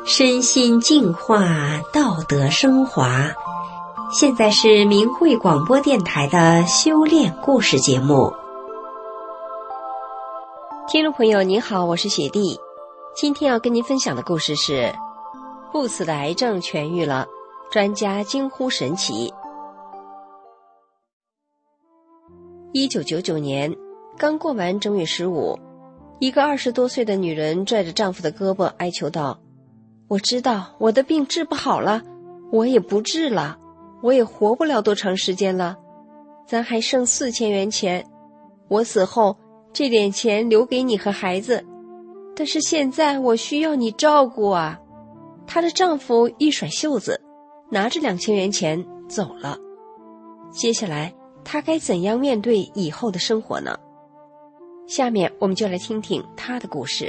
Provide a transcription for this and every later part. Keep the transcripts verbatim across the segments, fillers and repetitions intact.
身心净化，道德升华。现在是明慧广播电台的修炼故事节目。听众朋友您好，我是雪莉。今天要跟您分享的故事是不死的癌症痊愈了，专家惊呼神奇。一九九九年刚过完正月十五，一个二十多岁的女人拽着丈夫的胳膊哀求道：我知道我的病治不好了，我也不治了，我也活不了多长时间了，咱还剩四千元钱，我死后这点钱留给你和孩子，但是现在我需要你照顾啊。她的丈夫一甩袖子，拿着两千元钱走了。接下来她该怎样面对以后的生活呢？下面我们就来听听她的故事。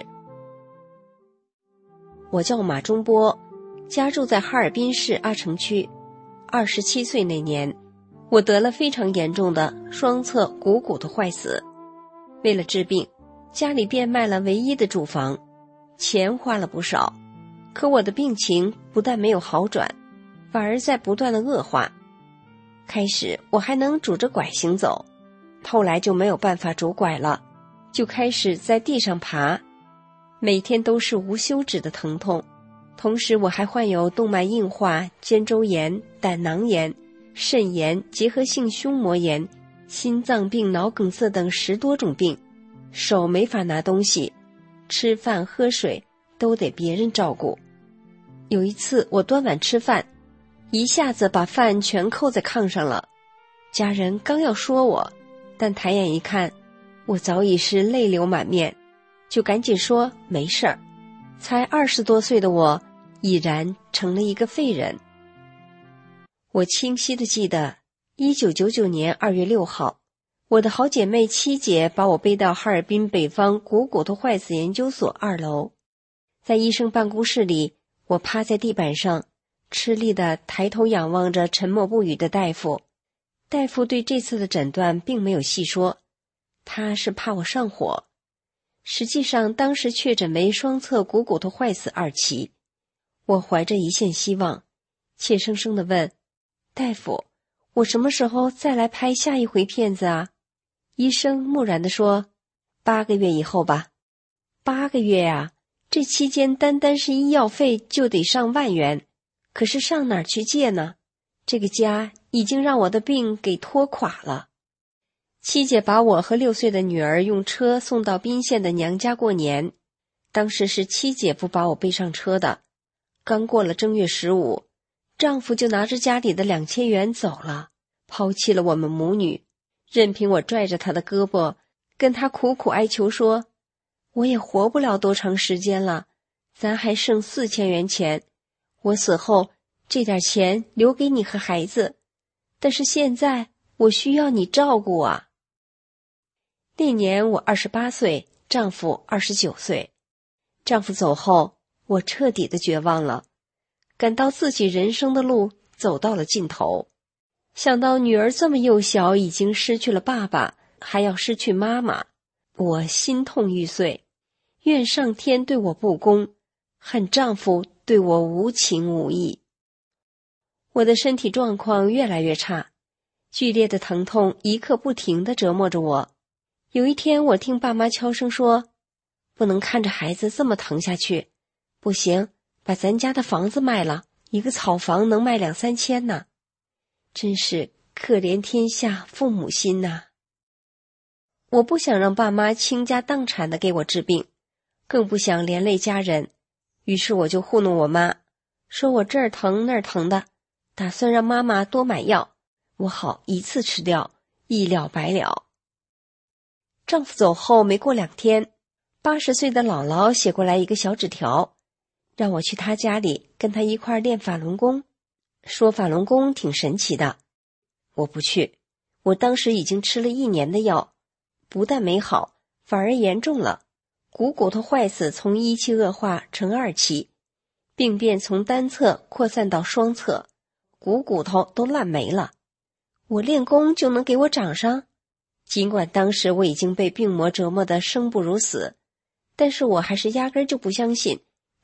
我叫马中波，家住在哈尔滨市阿城区。二十七岁那年，我得了非常严重的双侧股骨头坏死。为了治病，家里变卖了唯一的住房，钱花了不少，可我的病情不但没有好转，反而在不断的恶化。开始我还能拄着拐行走，后来就没有办法拄拐了，就开始在地上爬，每天都是无休止的疼痛。同时我还患有动脉硬化、肩周炎、胆囊炎、肾炎、结核性胸膜炎、心脏病、脑梗塞等十多种病，手没法拿东西，吃饭喝水都得别人照顾。有一次我端碗吃饭，一下子把饭全扣在炕上了，家人刚要说我，但抬眼一看，我早已是泪流满面，就赶紧说没事儿。才二十多岁的我已然成了一个废人。我清晰地记得一九九九年二月六号，我的好姐妹七姐把我背到哈尔滨北方股骨头坏死研究所二楼。在医生办公室里，我趴在地板上，吃力地抬头仰望着沉默不语的大夫。大夫对这次的诊断并没有细说，他是怕我上火。实际上当时确诊为双侧股骨头坏死二期。我怀着一线希望，怯生生地问大夫，我什么时候再来拍下一回片子啊？医生木然地说，八个月以后吧。八个月呀、啊，这期间单单是医药费就得上万元，可是上哪儿去借呢？这个家已经让我的病给拖垮了。七姐把我和六岁的女儿用车送到宾县的娘家过年，当时是七姐夫把我背上车的。刚过了正月十五，丈夫就拿着家里的两千元走了，抛弃了我们母女，任凭我拽着他的胳膊，跟他苦苦哀求说，我也活不了多长时间了，咱还剩四千元钱，我死后这点钱留给你和孩子，但是现在我需要你照顾啊。那年我二十八岁，丈夫二十九岁。丈夫走后，我彻底的绝望了，感到自己人生的路走到了尽头。想到女儿这么幼小，已经失去了爸爸，还要失去妈妈，我心痛欲碎，怨上天对我不公，恨丈夫对我无情无义。我的身体状况越来越差，剧烈的疼痛一刻不停地折磨着我。有一天我听爸妈悄声说，不能看着孩子这么疼下去，不行，把咱家的房子卖了，一个草房能卖两三千呢。真是可怜天下父母心呐、啊！我不想让爸妈倾家荡产的给我治病，更不想连累家人，于是我就糊弄我妈，说我这儿疼那儿疼的，打算让妈妈多买药，我好一次吃掉，一了百了。丈夫走后没过两天，八十岁的姥姥写过来一个小纸条，让我去她家里跟她一块练法轮功，说法轮功挺神奇的。我不去，我当时已经吃了一年的药，不但没好，反而严重了，股骨头坏死从一期恶化成二期，病变从单侧扩散到双侧，股骨头都烂没了。我练功就能给我长上？尽管当时我已经被病魔折磨得生不如死，但是我还是压根就不相信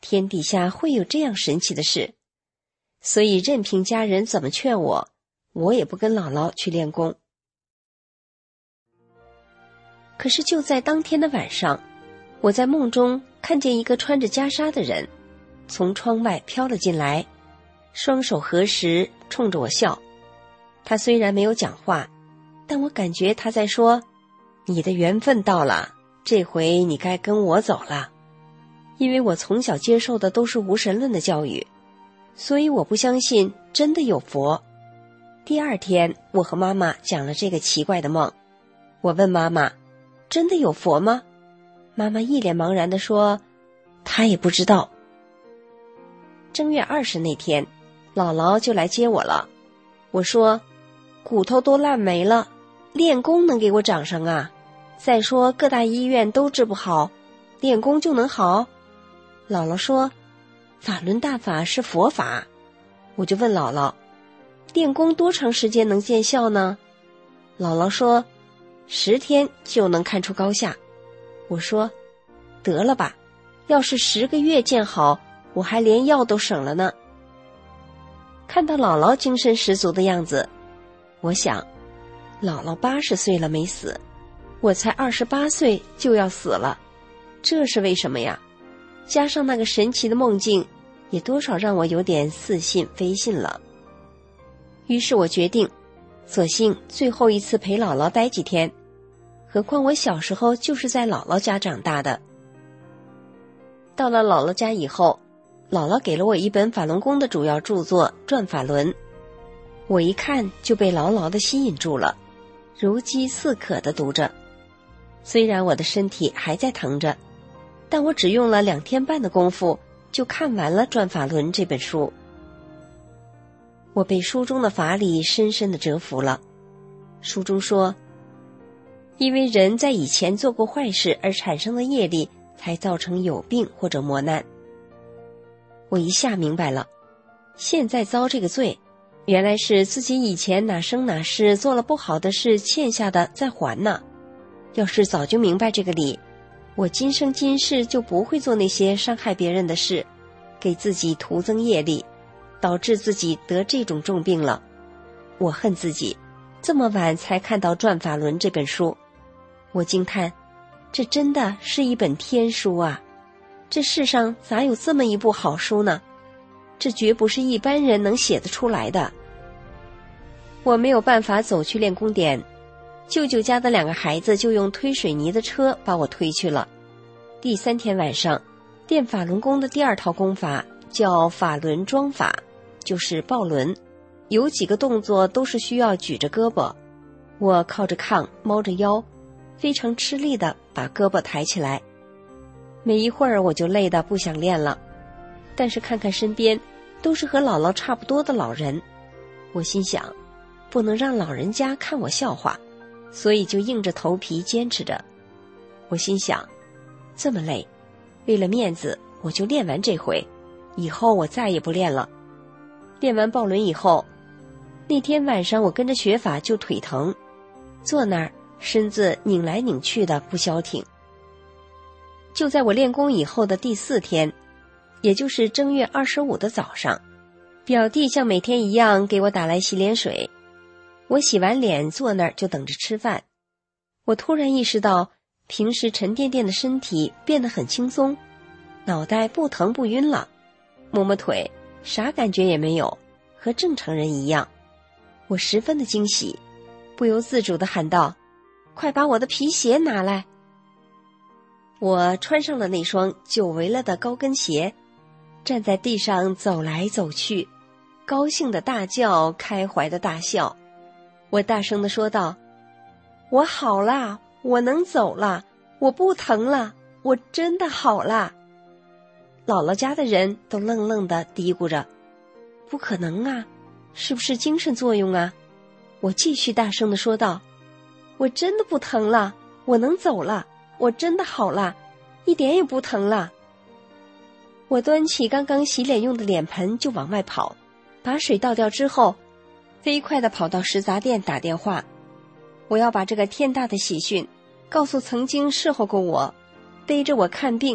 天底下会有这样神奇的事，所以任凭家人怎么劝我，我也不跟姥姥去练功。可是就在当天的晚上，我在梦中看见一个穿着袈裟的人从窗外飘了进来，双手合十冲着我笑。他虽然没有讲话，但我感觉他在说，你的缘分到了，这回你该跟我走了。因为我从小接受的都是无神论的教育，所以我不相信真的有佛。第二天，我和妈妈讲了这个奇怪的梦。我问妈妈，真的有佛吗？妈妈一脸茫然地说，她也不知道。正月二十那天，姥姥就来接我了。我说，骨头都烂没了，练功能给我长上啊？再说各大医院都治不好，练功就能好？姥姥说，法轮大法是佛法。我就问姥姥，练功多长时间能见效呢？姥姥说，十天就能看出高下。我说，得了吧，要是十个月见好，我还连药都省了呢。看到姥姥精神十足的样子，我想，姥姥八十岁了没死，我才二十八岁就要死了，这是为什么呀？加上那个神奇的梦境，也多少让我有点似信非信了。于是我决定，索性最后一次陪姥姥待几天，何况我小时候就是在姥姥家长大的。到了姥姥家以后，姥姥给了我一本法轮功的主要著作《转法轮》，我一看就被牢牢地吸引住了，如饥似渴地读着。虽然我的身体还在疼着，但我只用了两天半的功夫就看完了《转法轮》这本书。我被书中的法理深深地折服了。书中说，因为人在以前做过坏事而产生的业力，才造成有病或者磨难。我一下明白了，现在遭这个罪，原来是自己以前哪生哪世做了不好的事欠下的再还呢。要是早就明白这个理，我今生今世就不会做那些伤害别人的事，给自己徒增业力，导致自己得这种重病了。我恨自己这么晚才看到《转法轮》这本书，我惊叹，这真的是一本天书啊！这世上咋有这么一部好书呢？这绝不是一般人能写得出来的。我没有办法走去练功点，舅舅家的两个孩子就用推水泥的车把我推去了。第三天晚上，练法轮功的第二套功法叫法轮桩法，就是抱轮，有几个动作都是需要举着胳膊。我靠着炕，猫着腰，非常吃力地把胳膊抬起来。没一会儿我就累得不想练了，但是看看身边都是和姥姥差不多的老人，我心想，不能让老人家看我笑话，所以就硬着头皮坚持着。我心想，这么累，为了面子我就练完这回，以后我再也不练了。练完抱轮以后，那天晚上我跟着学法就腿疼，坐那儿身子拧来拧去的不消停。就在我练功以后的第四天，也就是正月二十五的早上，表弟像每天一样给我打来洗脸水。我洗完脸坐那儿就等着吃饭。我突然意识到，平时沉甸甸的身体变得很轻松，脑袋不疼不晕了，摸摸腿，啥感觉也没有，和正常人一样。我十分的惊喜，不由自主地喊道，快把我的皮鞋拿来。我穿上了那双久违了的高跟鞋，站在地上走来走去，高兴的大叫，开怀的大笑。我大声地说道，我好啦，我能走了，我不疼了，我真的好啦。姥姥家的人都愣愣地嘀咕着，不可能啊，是不是精神作用啊？我继续大声地说道，我真的不疼了，我能走了，我真的好了，一点也不疼了。我端起刚刚洗脸用的脸盆就往外跑，把水倒掉之后，飞快地跑到食杂店打电话，我要把这个天大的喜讯告诉曾经侍候过我、背着我看病、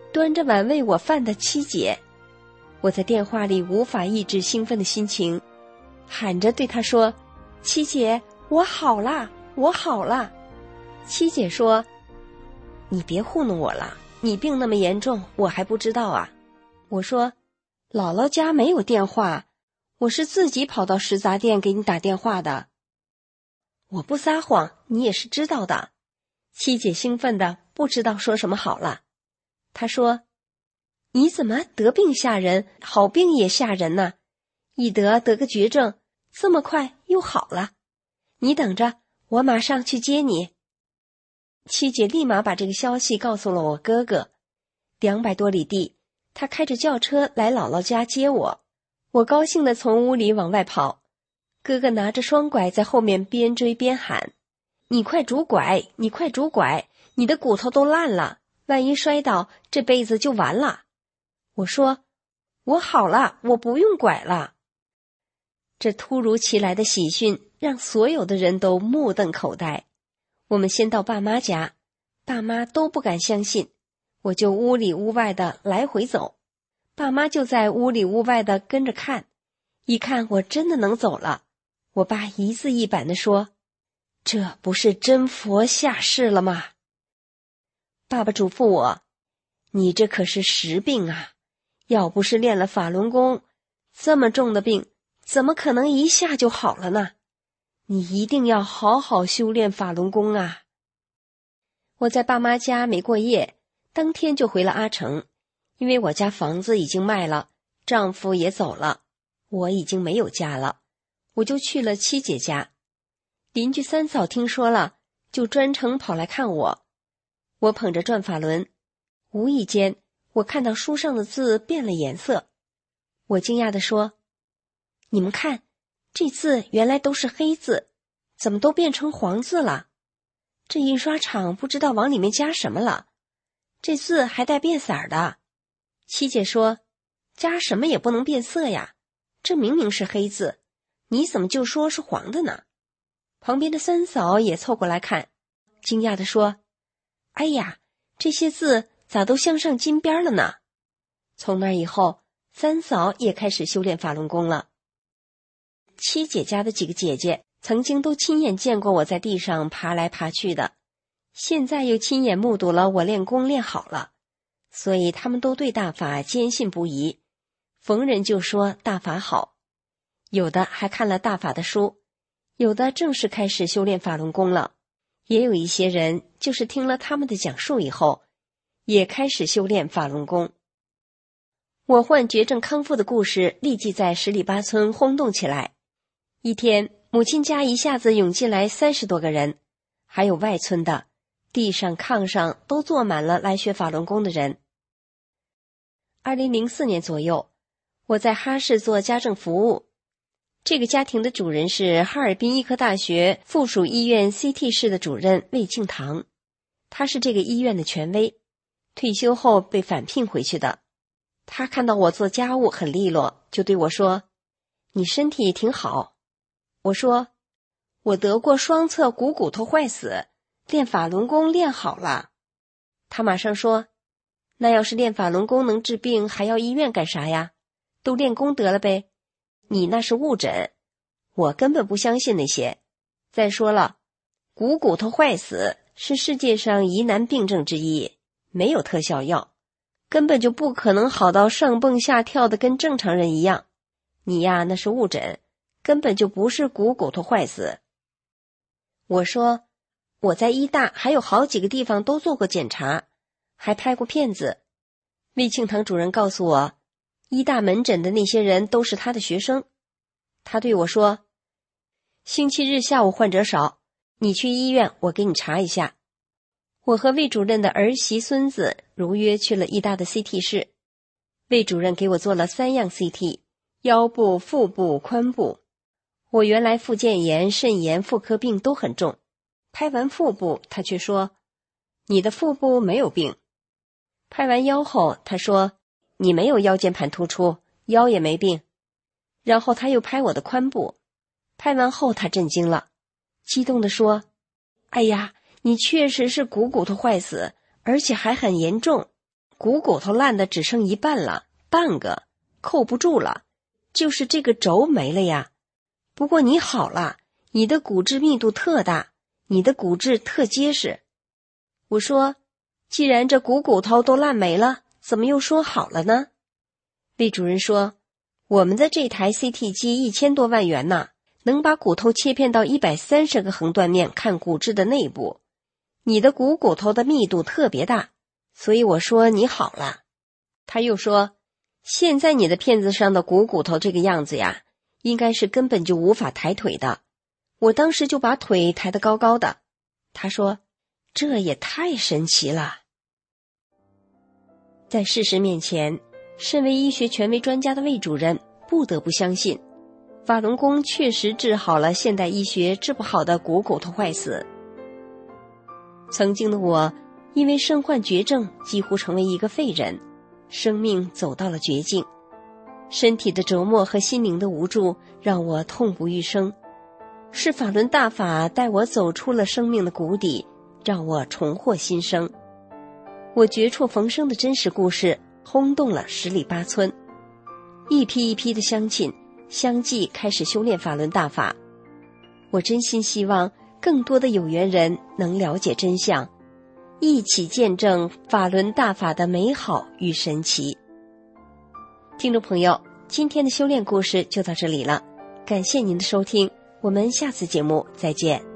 端着碗喂我饭的七姐。我在电话里无法抑制兴奋的心情，喊着对她说：七姐，我好啦，我好啦。七姐说：你别糊弄我了，你病那么严重，我还不知道啊。我说：姥姥家没有电话，我是自己跑到食杂店给你打电话的。我不撒谎，你也是知道的。七姐兴奋的不知道说什么好了。她说：你怎么得病吓人，好病也吓人呢？一得得个绝症，这么快又好了。你等着，我马上去接你。七姐立马把这个消息告诉了我哥哥。两百多里地，他开着轿车来姥姥家接我。我高兴地从屋里往外跑，哥哥拿着双拐在后面边追边喊：你快拄拐，你快拄拐，你的骨头都烂了，万一摔倒，这辈子就完了。我说：我好了，我不用拐了。这突如其来的喜讯让所有的人都目瞪口呆。我们先到爸妈家，爸妈都不敢相信，我就屋里屋外的来回走，爸妈就在屋里屋外的跟着看。一看我真的能走了，我爸一字一板地说：这不是真佛下世了吗？爸爸嘱咐我：你这可是实病啊，要不是练了法轮功，这么重的病怎么可能一下就好了呢？你一定要好好修炼法轮功啊。我在爸妈家没过夜，当天就回了阿城，因为我家房子已经卖了，丈夫也走了，我已经没有家了，我就去了七姐家。邻居三嫂听说了，就专程跑来看我。我捧着转法轮，无意间我看到书上的字变了颜色。我惊讶地说：你们看，这字原来都是黑字，怎么都变成黄字了？这印刷厂不知道往里面加什么了，这字还带变色的。七姐说：加什么也不能变色呀，这明明是黑字，你怎么就说是黄的呢？旁边的三嫂也凑过来看，惊讶地说：哎呀，这些字咋都镶上金边了呢？从那以后，三嫂也开始修炼法轮功了。七姐家的几个姐姐曾经都亲眼见过我在地上爬来爬去的，现在又亲眼目睹了我练功练好了，所以他们都对大法坚信不疑，逢人就说大法好。有的还看了大法的书，有的正式开始修炼法轮功了，也有一些人就是听了他们的讲述以后，也开始修炼法轮功。我患绝症康复的故事立即在十里八村轰动起来。一天，母亲家一下子涌进来三十多个人，还有外村的，地上炕上都坐满了来学法轮功的人。二零零四年左右，我在哈市做家政服务，这个家庭的主人是哈尔滨医科大学附属医院 C T 室的主任魏庆堂，他是这个医院的权威，退休后被返聘回去的。他看到我做家务很利落，就对我说：你身体挺好。我说：我得过双侧股骨头坏死，练法轮功练好了。他马上说：那要是练法轮功能治病，还要医院干啥呀？都练功得了呗。你那是误诊，我根本不相信那些。再说了，股骨头坏死是世界上疑难病症之一，没有特效药，根本就不可能好到上蹦下跳的跟正常人一样。你呀，那是误诊，根本就不是股骨头坏死。我说：我在医大还有好几个地方都做过检查，还拍过片子。魏庆堂主任告诉我，医大门诊的那些人都是他的学生。他对我说：星期日下午患者少，你去医院我给你查一下。我和魏主任的儿媳孙子如约去了医大的 C T 室。魏主任给我做了三样 C T， 腰部、腹部、髋部。我原来附件炎、肾炎、妇科病都很重，拍完腹部他却说：你的腹部没有病。拍完腰后他说：你没有腰间盘突出，腰也没病。然后他又拍我的髋部，拍完后他震惊了，激动地说：哎呀，你确实是股骨头坏死，而且还很严重， 股骨头烂的只剩一半了，半个扣不住了，就是这个轴没了呀。不过你好了，你的骨质密度特大，你的骨质特结实。我说，既然这股骨头都烂没了，怎么又说好了呢？魏主任说，我们的这台 C T 机一千多万元呢，能把骨头切片到一百三十个横断面看骨质的内部。你的股骨头的密度特别大，所以我说你好了。他又说，现在你的片子上的股骨头这个样子呀，应该是根本就无法抬腿的。我当时就把腿抬得高高的。他说，这也太神奇了。在事实面前，身为医学权威专家的魏主任不得不相信，法轮功确实治好了现代医学治不好的股骨头坏死。曾经的我因为身患绝症，几乎成为一个废人，生命走到了绝境，身体的折磨和心灵的无助让我痛不欲生。是法轮大法带我走出了生命的谷底，让我重获新生。我绝处逢生的真实故事轰动了十里八村，一批一批的乡亲相继开始修炼法轮大法。我真心希望更多的有缘人能了解真相，一起见证法轮大法的美好与神奇。听众朋友，今天的修炼故事就到这里了，感谢您的收听，我们下次节目再见。